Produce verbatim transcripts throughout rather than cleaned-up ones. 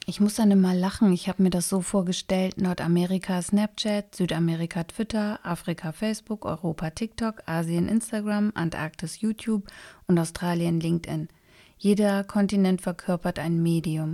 Ich muss dann immer lachen. Ich habe mir das so vorgestellt: Nordamerika Snapchat, Südamerika Twitter, Afrika Facebook, Europa TikTok, Asien Instagram, Antarktis YouTube und Australien LinkedIn. Jeder Kontinent verkörpert ein Medium.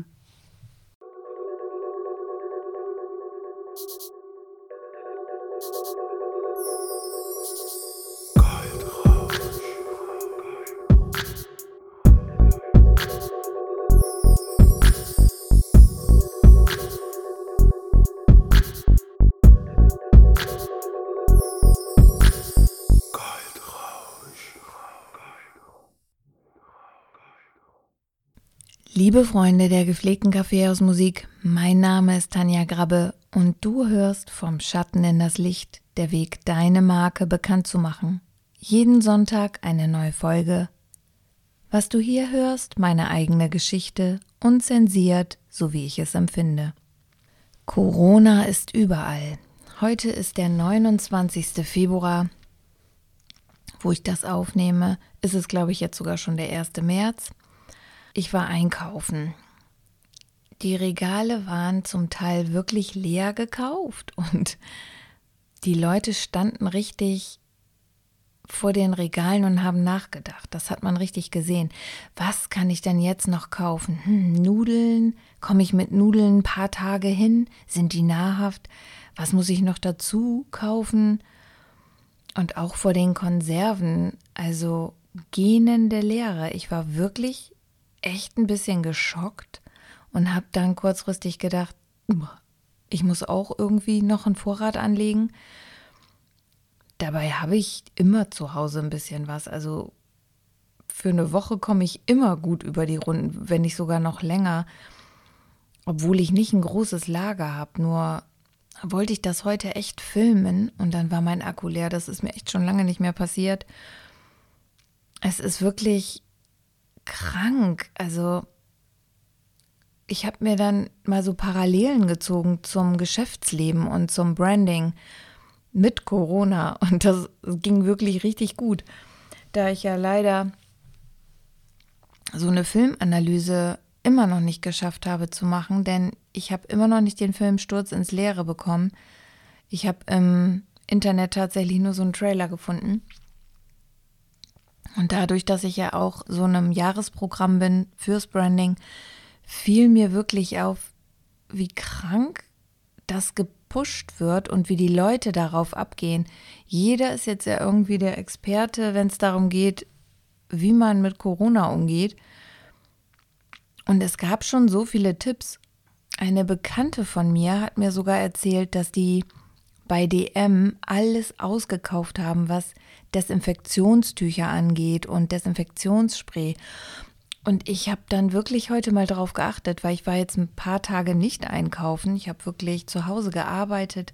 Liebe Freunde der gepflegten Kaffeehausmusik, mein Name ist Tanja Grabbe und du hörst vom Schatten in das Licht, der Weg, deine Marke bekannt zu machen. Jeden Sonntag eine neue Folge. Was du hier hörst, meine eigene Geschichte, unzensiert, so wie ich es empfinde. Corona ist überall. Heute ist der neunundzwanzigster Februar, wo ich das aufnehme. Ist es, glaube ich, jetzt sogar schon der erster März. Ich war einkaufen. Die Regale waren zum Teil wirklich leer gekauft und die Leute standen richtig vor den Regalen und haben nachgedacht. Das hat man richtig gesehen. Was kann ich denn jetzt noch kaufen? Hm, Nudeln? Komme ich mit Nudeln ein paar Tage hin? Sind die nahrhaft? Was muss ich noch dazu kaufen? Und auch vor den Konserven, also gähnende Leere. Ich war wirklich echt ein bisschen geschockt und habe dann kurzfristig gedacht, ich muss auch irgendwie noch einen Vorrat anlegen. Dabei habe ich immer zu Hause ein bisschen was. Also für eine Woche komme ich immer gut über die Runden, wenn nicht sogar noch länger, obwohl ich nicht ein großes Lager habe. Nur wollte ich das heute echt filmen und dann war mein Akku leer. Das ist mir echt schon lange nicht mehr passiert. Es ist wirklich krank. Also ich habe mir dann mal so Parallelen gezogen zum Geschäftsleben und zum Branding mit Corona und das ging wirklich richtig gut, da ich ja leider so eine Filmanalyse immer noch nicht geschafft habe zu machen, denn ich habe immer noch nicht den Film Sturz ins Leere bekommen. Ich habe im Internet tatsächlich nur so einen Trailer gefunden. Und dadurch, dass ich ja auch so einem Jahresprogramm bin fürs Branding, fiel mir wirklich auf, wie krank das gepusht wird und wie die Leute darauf abgehen. Jeder ist jetzt ja irgendwie der Experte, wenn es darum geht, wie man mit Corona umgeht. Und es gab schon so viele Tipps. Eine Bekannte von mir hat mir sogar erzählt, dass die bei D M alles ausgekauft haben, was Desinfektionstücher angeht und Desinfektionsspray. Und ich habe dann wirklich heute mal drauf geachtet, weil ich war jetzt ein paar Tage nicht einkaufen. Ich habe wirklich zu Hause gearbeitet.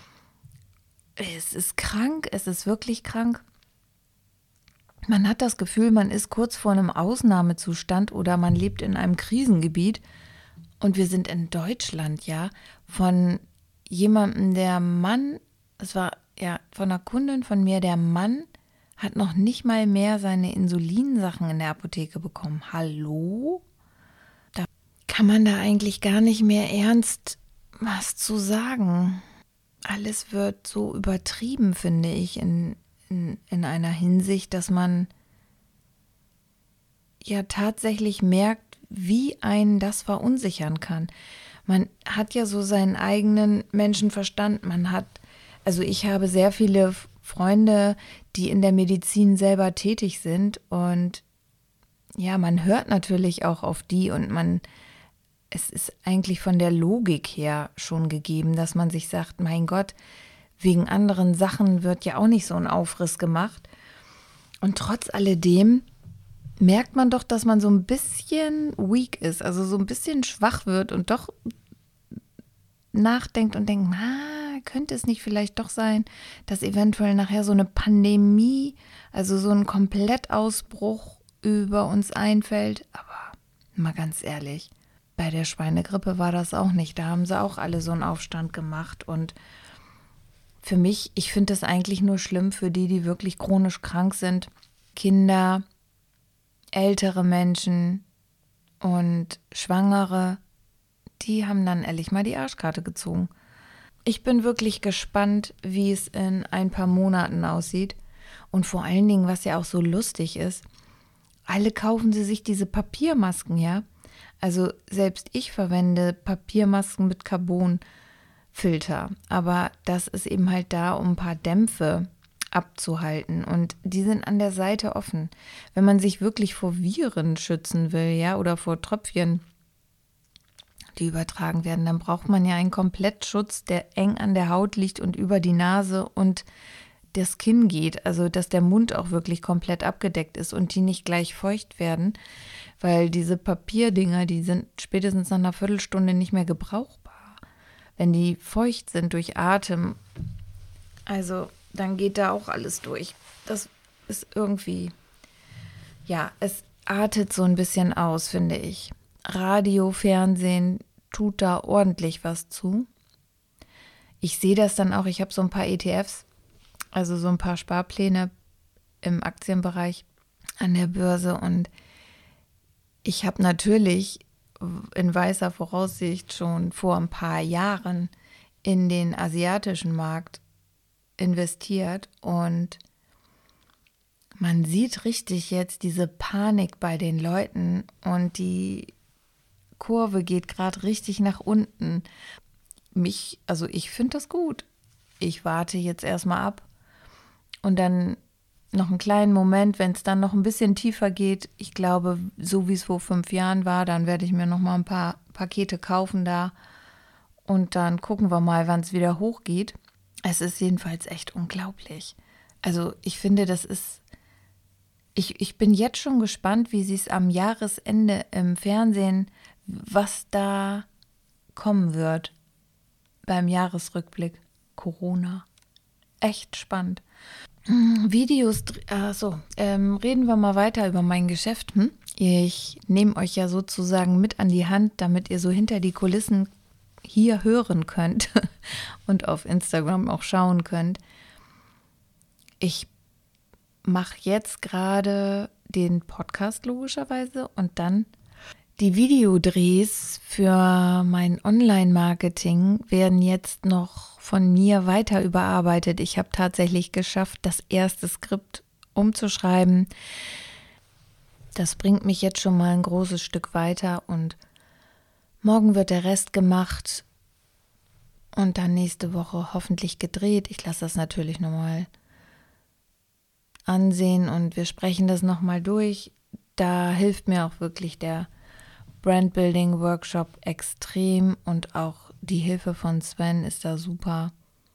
Es ist krank, es ist wirklich krank. Man hat das Gefühl, man ist kurz vor einem Ausnahmezustand oder man lebt in einem Krisengebiet. Und wir sind in Deutschland, ja, von jemandem, der Mann, es war ja von einer Kundin von mir, der Mann hat noch nicht mal mehr seine Insulinsachen in der Apotheke bekommen. Hallo? Da kann man da eigentlich gar nicht mehr ernst was zu sagen. Alles wird so übertrieben, finde ich, in, in, in einer Hinsicht, dass man ja tatsächlich merkt, wie einen das verunsichern kann. Man hat ja so seinen eigenen Menschenverstand. Man hat, also ich habe sehr viele Freunde, die in der Medizin selber tätig sind und ja, man hört natürlich auch auf die und man, es ist eigentlich von der Logik her schon gegeben, dass man sich sagt, mein Gott, wegen anderen Sachen wird ja auch nicht so ein Aufriss gemacht. Und trotz alledem merkt man doch, dass man so ein bisschen weak ist, also so ein bisschen schwach wird und doch nachdenkt und denkt, na, könnte es nicht vielleicht doch sein, dass eventuell nachher so eine Pandemie, also so ein Komplettausbruch über uns einfällt. Aber mal ganz ehrlich, bei der Schweinegrippe war das auch nicht. Da haben sie auch alle so einen Aufstand gemacht und für mich, ich finde das eigentlich nur schlimm für die, die wirklich chronisch krank sind. Kinder, ältere Menschen und Schwangere, die haben dann ehrlich mal die Arschkarte gezogen. Ich bin wirklich gespannt, wie es in ein paar Monaten aussieht. Und vor allen Dingen, was ja auch so lustig ist, alle kaufen sie sich diese Papiermasken, ja. Also selbst ich verwende Papiermasken mit Carbonfilter. Aber das ist eben halt da, um ein paar Dämpfe abzuhalten. Und die sind an der Seite offen. Wenn man sich wirklich vor Viren schützen will, ja, oder vor Tröpfchen, die übertragen werden, dann braucht man ja einen Komplettschutz, der eng an der Haut liegt und über die Nase und das Kinn geht, also dass der Mund auch wirklich komplett abgedeckt ist und die nicht gleich feucht werden, weil diese Papierdinger, die sind spätestens nach einer Viertelstunde nicht mehr gebrauchbar, wenn die feucht sind durch Atem. Also dann geht da auch alles durch. Das ist irgendwie, ja, es artet so ein bisschen aus, finde ich. Radio, Fernsehen tut da ordentlich was zu. Ich sehe das dann auch, ich habe so ein paar E T Fs, also so ein paar Sparpläne im Aktienbereich an der Börse und ich habe natürlich in weißer Voraussicht schon vor ein paar Jahren in den asiatischen Markt investiert und man sieht richtig jetzt diese Panik bei den Leuten und die Kurve geht gerade richtig nach unten. Mich, also ich finde das gut. Ich warte jetzt erstmal ab und dann noch einen kleinen Moment, wenn es dann noch ein bisschen tiefer geht. Ich glaube, so wie es vor fünf Jahren war, dann werde ich mir noch mal ein paar Pakete kaufen da und dann gucken wir mal, wann es wieder hochgeht. Es ist jedenfalls echt unglaublich. Also ich finde, das ist, ich, ich bin jetzt schon gespannt, wie sie es am Jahresende im Fernsehen, was da kommen wird beim Jahresrückblick. Corona. Echt spannend. Videos, achso, ähm, reden wir mal weiter über mein Geschäft. Hm? Ich nehme euch ja sozusagen mit an die Hand, damit ihr so hinter die Kulissen hier hören könnt und auf Instagram auch schauen könnt. Ich mache jetzt gerade den Podcast logischerweise und dann die Videodrehs für mein Online-Marketing werden jetzt noch von mir weiter überarbeitet. Ich habe tatsächlich geschafft, das erste Skript umzuschreiben. Das bringt mich jetzt schon mal ein großes Stück weiter und morgen wird der Rest gemacht und dann nächste Woche hoffentlich gedreht. Ich lasse das natürlich nochmal ansehen und wir sprechen das nochmal durch. Da hilft mir auch wirklich der Brandbuilding-Workshop extrem und auch die Hilfe von Sven ist da super.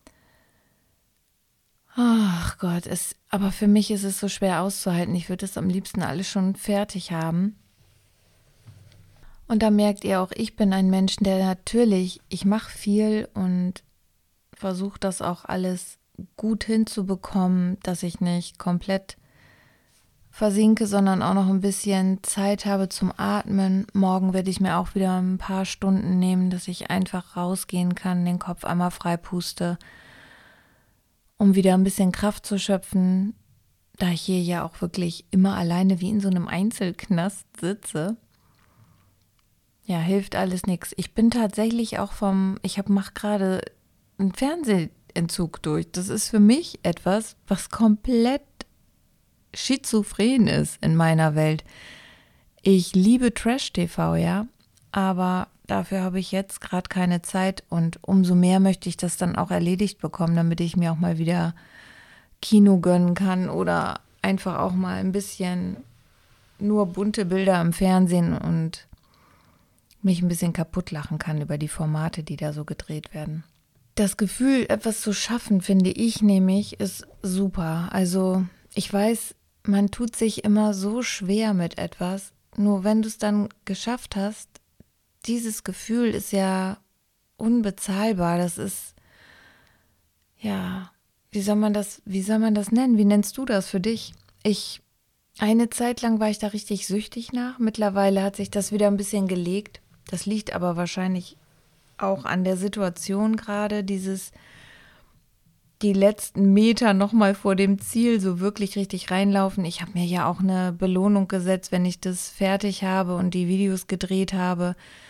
Ach Gott, es, aber für mich ist es so schwer auszuhalten. Ich würde es am liebsten alles schon fertig haben. Und da merkt ihr auch, ich bin ein Mensch, der natürlich, ich mache viel und versuche das auch alles gut hinzubekommen, dass ich nicht komplett versinke, sondern auch noch ein bisschen Zeit habe zum Atmen. Morgen werde ich mir auch wieder ein paar Stunden nehmen, dass ich einfach rausgehen kann, den Kopf einmal frei puste, um wieder ein bisschen Kraft zu schöpfen, da ich hier ja auch wirklich immer alleine wie in so einem Einzelknast sitze. Ja, hilft alles nichts. Ich bin tatsächlich auch vom, ich hab, mach gerade einen Fernsehentzug durch. Das ist für mich etwas, was komplett schizophren ist in meiner Welt. Ich liebe Trash-T V, ja, aber dafür habe ich jetzt gerade keine Zeit und umso mehr möchte ich das dann auch erledigt bekommen, damit ich mir auch mal wieder Kino gönnen kann oder einfach auch mal ein bisschen nur bunte Bilder im Fernsehen und mich ein bisschen kaputt lachen kann über die Formate, die da so gedreht werden. Das Gefühl, etwas zu schaffen, finde ich nämlich, ist super. Also ich weiß, man tut sich immer so schwer mit etwas, nur wenn du es dann geschafft hast, dieses Gefühl ist ja unbezahlbar. Das ist, ja, wie soll man das, wie soll man das nennen? Wie nennst du das für dich? Ich, eine Zeit lang war ich da richtig süchtig nach. Mittlerweile hat sich das wieder ein bisschen gelegt. Das liegt aber wahrscheinlich auch an der Situation gerade, dieses die letzten Meter nochmal vor dem Ziel so wirklich richtig reinlaufen. Ich habe mir ja auch eine Belohnung gesetzt, wenn ich das fertig habe und die Videos gedreht habe,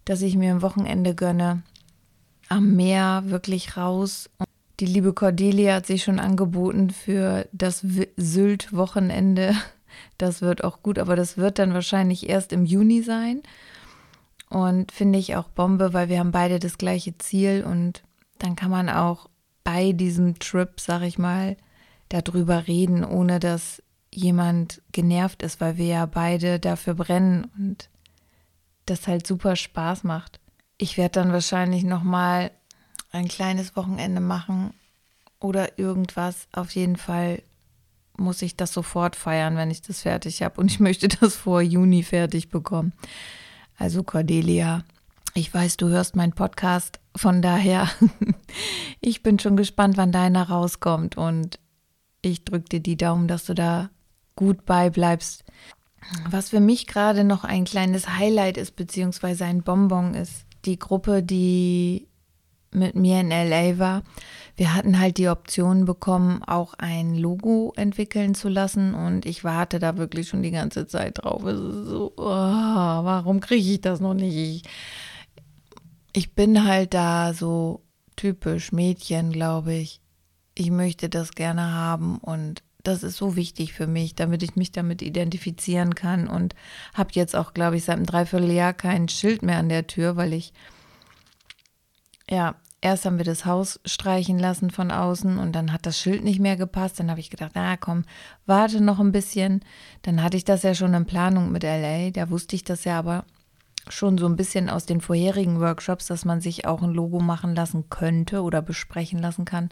dass ich mir ein Wochenende gönne. Am Meer, wirklich raus. Und die liebe Cordelia hat sich schon angeboten für das Sylt-Wochenende. Das wird auch gut, aber das wird dann wahrscheinlich erst im Juni sein. Und finde ich auch Bombe, weil wir haben beide das gleiche Ziel. Und dann kann man auch bei diesem Trip, sag ich mal, darüber reden, ohne dass jemand genervt ist, weil wir ja beide dafür brennen und das halt super Spaß macht. Ich werde dann wahrscheinlich nochmal ein kleines Wochenende machen oder irgendwas. Auf jeden Fall muss ich das sofort feiern, wenn ich das fertig habe. Und ich möchte das vor Juni fertig bekommen. Also Cordelia, ich weiß, du hörst meinen Podcast. Von daher, ich bin schon gespannt, wann deiner rauskommt. Und ich drücke dir die Daumen, dass du da gut beibleibst. Was für mich gerade noch ein kleines Highlight ist, beziehungsweise ein Bonbon ist, die Gruppe, die mit mir in L A war. Wir hatten halt die Option bekommen, auch ein Logo entwickeln zu lassen und ich warte da wirklich schon die ganze Zeit drauf. Es ist so, oh, warum kriege ich das noch nicht? Ich, ich bin halt da so typisch Mädchen, glaube ich. Ich möchte das gerne haben und das ist so wichtig für mich, damit ich mich damit identifizieren kann und habe jetzt auch, glaube ich, seit einem Dreivierteljahr kein Schild mehr an der Tür, weil ich, ja, erst haben wir das Haus streichen lassen von außen und dann hat das Schild nicht mehr gepasst. Dann habe ich gedacht, na komm, warte noch ein bisschen. Dann hatte ich das ja schon in Planung mit L A, da wusste ich das ja aber schon so ein bisschen aus den vorherigen Workshops, dass man sich auch ein Logo machen lassen könnte oder besprechen lassen kann,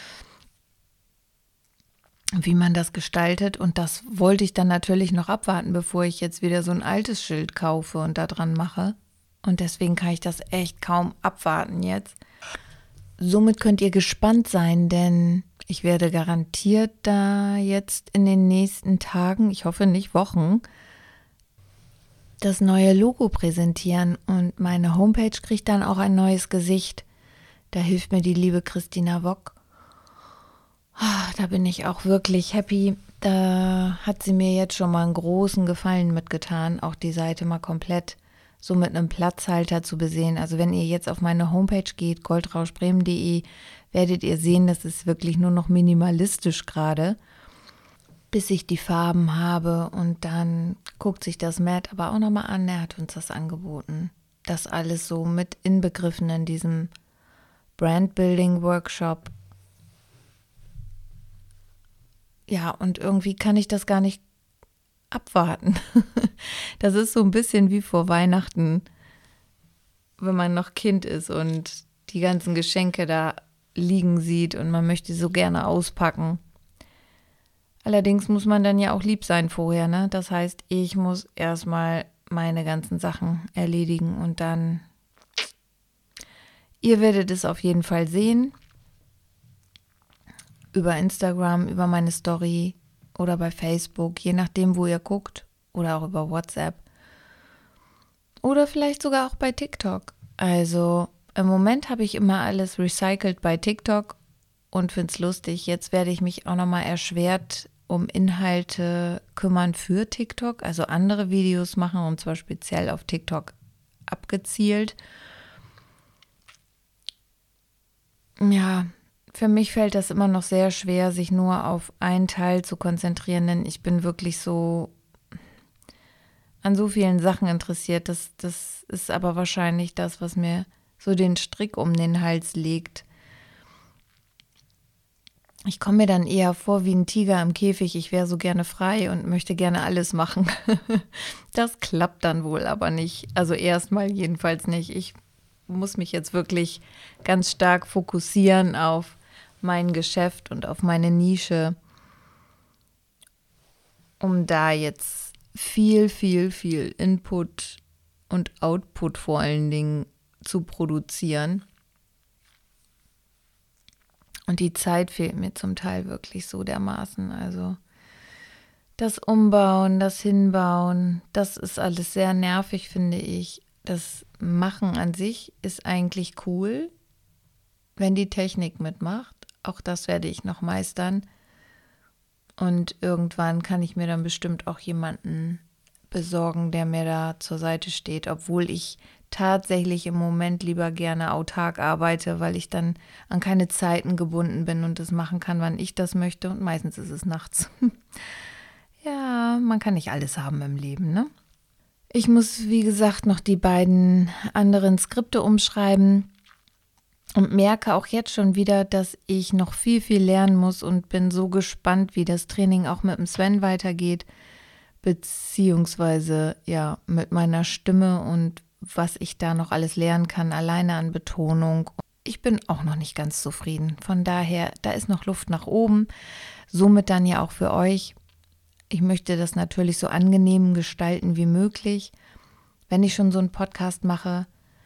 wie man das gestaltet. Und das wollte ich dann natürlich noch abwarten, bevor ich jetzt wieder so ein altes Schild kaufe und da dran mache. Und deswegen kann ich das echt kaum abwarten jetzt. Somit könnt ihr gespannt sein, denn ich werde garantiert da jetzt in den nächsten Tagen, ich hoffe nicht Wochen, das neue Logo präsentieren. Und meine Homepage kriegt dann auch ein neues Gesicht. Da hilft mir die liebe Christina Wock. Da bin ich auch wirklich happy. Da hat sie mir jetzt schon mal einen großen Gefallen mitgetan, auch die Seite mal komplett so mit einem Platzhalter zu besehen. Also wenn ihr jetzt auf meine Homepage geht, goldrauschbremen punkt de, werdet ihr sehen, das ist wirklich nur noch minimalistisch gerade, bis ich die Farben habe. Und dann guckt sich das Matt aber auch nochmal an. Er hat uns das angeboten. Das alles so mit inbegriffen in diesem Brandbuilding-Workshop. Ja, und irgendwie kann ich das gar nicht abwarten. Das ist so ein bisschen wie vor Weihnachten, wenn man noch Kind ist und die ganzen Geschenke da liegen sieht und man möchte so gerne auspacken. Allerdings muss man dann ja auch lieb sein vorher, ne? Das heißt, ich muss erstmal meine ganzen Sachen erledigen und dann, ihr werdet es auf jeden Fall sehen. Über Instagram, über meine Story oder bei Facebook, je nachdem, wo ihr guckt, oder auch über WhatsApp oder vielleicht sogar auch bei TikTok. Also im Moment habe ich immer alles recycelt bei TikTok und finde es lustig. Jetzt werde ich mich auch nochmal erschwert um Inhalte kümmern für TikTok, also andere Videos machen und zwar speziell auf TikTok abgezielt. Ja, für mich fällt das immer noch sehr schwer, sich nur auf einen Teil zu konzentrieren, denn ich bin wirklich so an so vielen Sachen interessiert. Das, das ist aber wahrscheinlich das, was mir so den Strick um den Hals legt. Ich komme mir dann eher vor wie ein Tiger im Käfig. Ich wäre so gerne frei und möchte gerne alles machen. Das klappt dann wohl aber nicht. Also erstmal jedenfalls nicht. Ich muss mich jetzt wirklich ganz stark fokussieren auf mein Geschäft und auf meine Nische, um da jetzt viel, viel, viel Input und Output vor allen Dingen zu produzieren. Und die Zeit fehlt mir zum Teil wirklich so dermaßen. Also das Umbauen, das Hinbauen, das ist alles sehr nervig, finde ich. Das Machen an sich ist eigentlich cool, wenn die Technik mitmacht. Auch das werde ich noch meistern. Und irgendwann kann ich mir dann bestimmt auch jemanden besorgen, der mir da zur Seite steht, obwohl ich tatsächlich im Moment lieber gerne autark arbeite, weil ich dann an keine Zeiten gebunden bin und das machen kann, wann ich das möchte. Und meistens ist es nachts. Ja, man kann nicht alles haben im Leben, ne? Ich muss, wie gesagt, noch die beiden anderen Skripte umschreiben und merke auch jetzt schon wieder, dass ich noch viel, viel lernen muss und bin so gespannt, wie das Training auch mit dem Sven weitergeht, beziehungsweise ja mit meiner Stimme und was ich da noch alles lernen kann, alleine an Betonung. Ich bin auch noch nicht ganz zufrieden. Von daher, da ist noch Luft nach oben. Somit dann ja auch für euch. Ich möchte das natürlich so angenehm gestalten wie möglich, wenn ich schon so einen Podcast mache.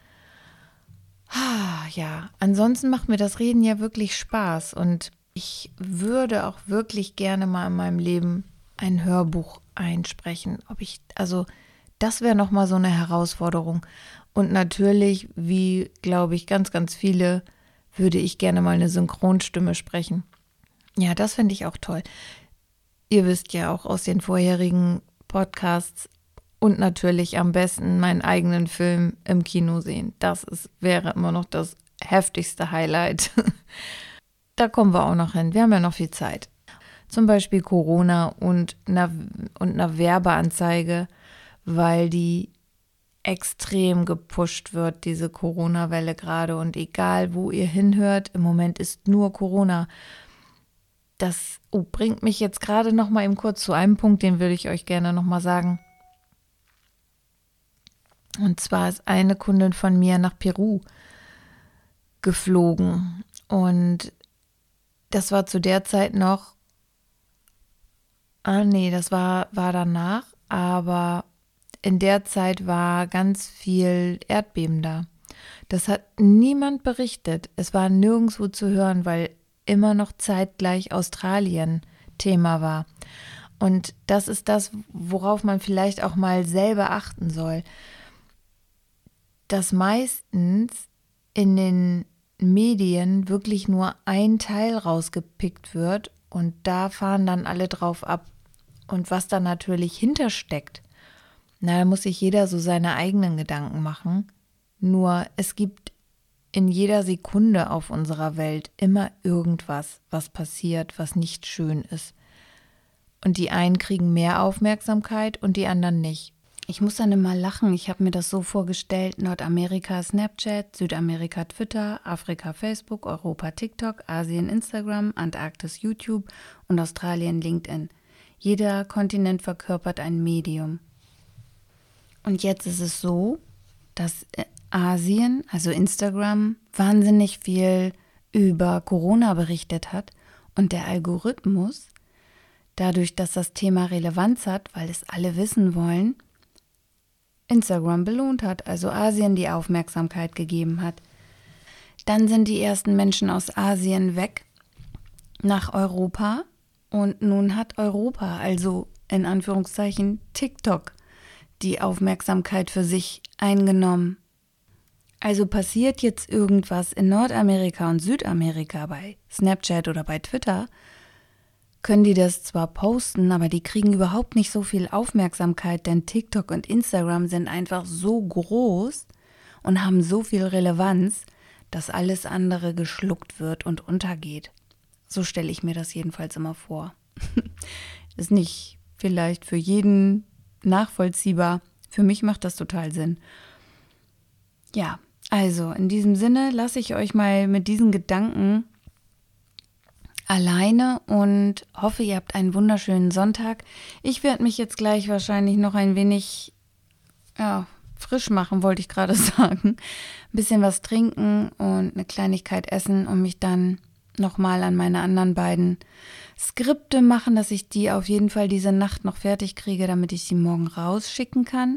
Ah, ja, ansonsten macht mir das Reden ja wirklich Spaß und ich würde auch wirklich gerne mal in meinem Leben ein Hörbuch einsprechen. Ob ich, also das wäre nochmal so eine Herausforderung. Und natürlich, wie glaube ich ganz, ganz viele, würde ich gerne mal eine Synchronstimme sprechen. Ja, das finde ich auch toll. Ihr wisst ja auch aus den vorherigen Podcasts und natürlich am besten meinen eigenen Film im Kino sehen. Das ist, wäre immer noch das heftigste Highlight. Da kommen wir auch noch hin. Wir haben ja noch viel Zeit. Zum Beispiel Corona und einer, und einer Werbeanzeige, weil die extrem gepusht wird, diese Corona-Welle gerade. Und egal, wo ihr hinhört, im Moment ist nur Corona. Das oh, bringt mich jetzt gerade noch mal eben kurz zu einem Punkt, den würde ich euch gerne noch mal sagen. Und zwar ist eine Kundin von mir nach Peru geflogen. Und das war zu der Zeit noch, ah nee, das war, war danach, aber in der Zeit war ganz viel Erdbeben da. Das hat niemand berichtet. Es war nirgendwo zu hören, weil immer noch zeitgleich Australien Thema war. Und das ist das, worauf man vielleicht auch mal selber achten soll. Dass meistens in den Medien wirklich nur ein Teil rausgepickt wird und da fahren dann alle drauf ab. Und was da natürlich hintersteckt, na, da muss sich jeder so seine eigenen Gedanken machen. Nur es gibt in jeder Sekunde auf unserer Welt immer irgendwas, was passiert, was nicht schön ist. Und die einen kriegen mehr Aufmerksamkeit und die anderen nicht. Ich muss dann immer lachen. Ich habe mir das so vorgestellt: Nordamerika Snapchat, Südamerika Twitter, Afrika Facebook, Europa TikTok, Asien Instagram, Antarktis YouTube und Australien LinkedIn. Jeder Kontinent verkörpert ein Medium. Und jetzt ist es so, dass Asien, also Instagram, wahnsinnig viel über Corona berichtet hat und der Algorithmus, dadurch, dass das Thema Relevanz hat, weil es alle wissen wollen, Instagram belohnt hat, also Asien die Aufmerksamkeit gegeben hat. Dann sind die ersten Menschen aus Asien weg nach Europa und nun hat Europa, also in Anführungszeichen TikTok, die Aufmerksamkeit für sich eingenommen. Also passiert jetzt irgendwas in Nordamerika und Südamerika bei Snapchat oder bei Twitter, können die das zwar posten, aber die kriegen überhaupt nicht so viel Aufmerksamkeit, denn TikTok und Instagram sind einfach so groß und haben so viel Relevanz, dass alles andere geschluckt wird und untergeht. So stelle ich mir das jedenfalls immer vor. Ist nicht vielleicht für jeden nachvollziehbar. Für mich macht das total Sinn. Ja, also in diesem Sinne lasse ich euch mal mit diesen Gedanken alleine und hoffe, ihr habt einen wunderschönen Sonntag. Ich werde mich jetzt gleich wahrscheinlich noch ein wenig ja, frisch machen, wollte ich gerade sagen. Ein bisschen was trinken und eine Kleinigkeit essen und mich dann nochmal an meine anderen beiden Skripte machen, dass ich die auf jeden Fall diese Nacht noch fertig kriege, damit ich sie morgen rausschicken kann.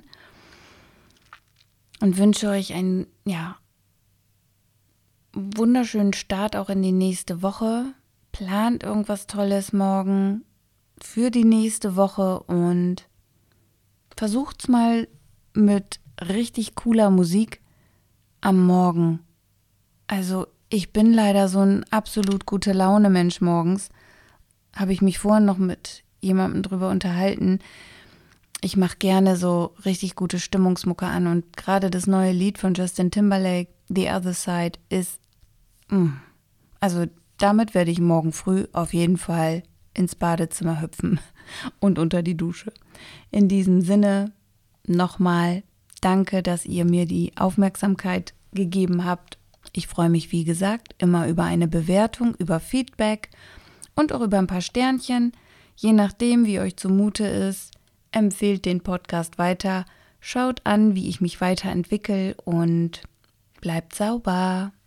Und wünsche euch einen ja, wunderschönen Start auch in die nächste Woche. Plant irgendwas Tolles morgen für die nächste Woche und versucht's mal mit richtig cooler Musik am Morgen. Also ich bin leider so ein absolut gute Laune Mensch morgens. Habe ich mich vorhin noch mit jemandem drüber unterhalten. ich mache gerne so richtig gute Stimmungsmucke an und gerade das neue Lied von Justin Timberlake, The Other Side, ist, mh, also damit werde ich morgen früh auf jeden Fall ins Badezimmer hüpfen und unter die Dusche. In diesem Sinne nochmal danke, dass ihr mir die Aufmerksamkeit gegeben habt. Ich freue mich, wie gesagt, immer über eine Bewertung, über Feedback und auch über ein paar Sternchen. Je nachdem, wie euch zumute ist, empfehlt den Podcast weiter, schaut an, wie ich mich weiterentwickle und bleibt sauber.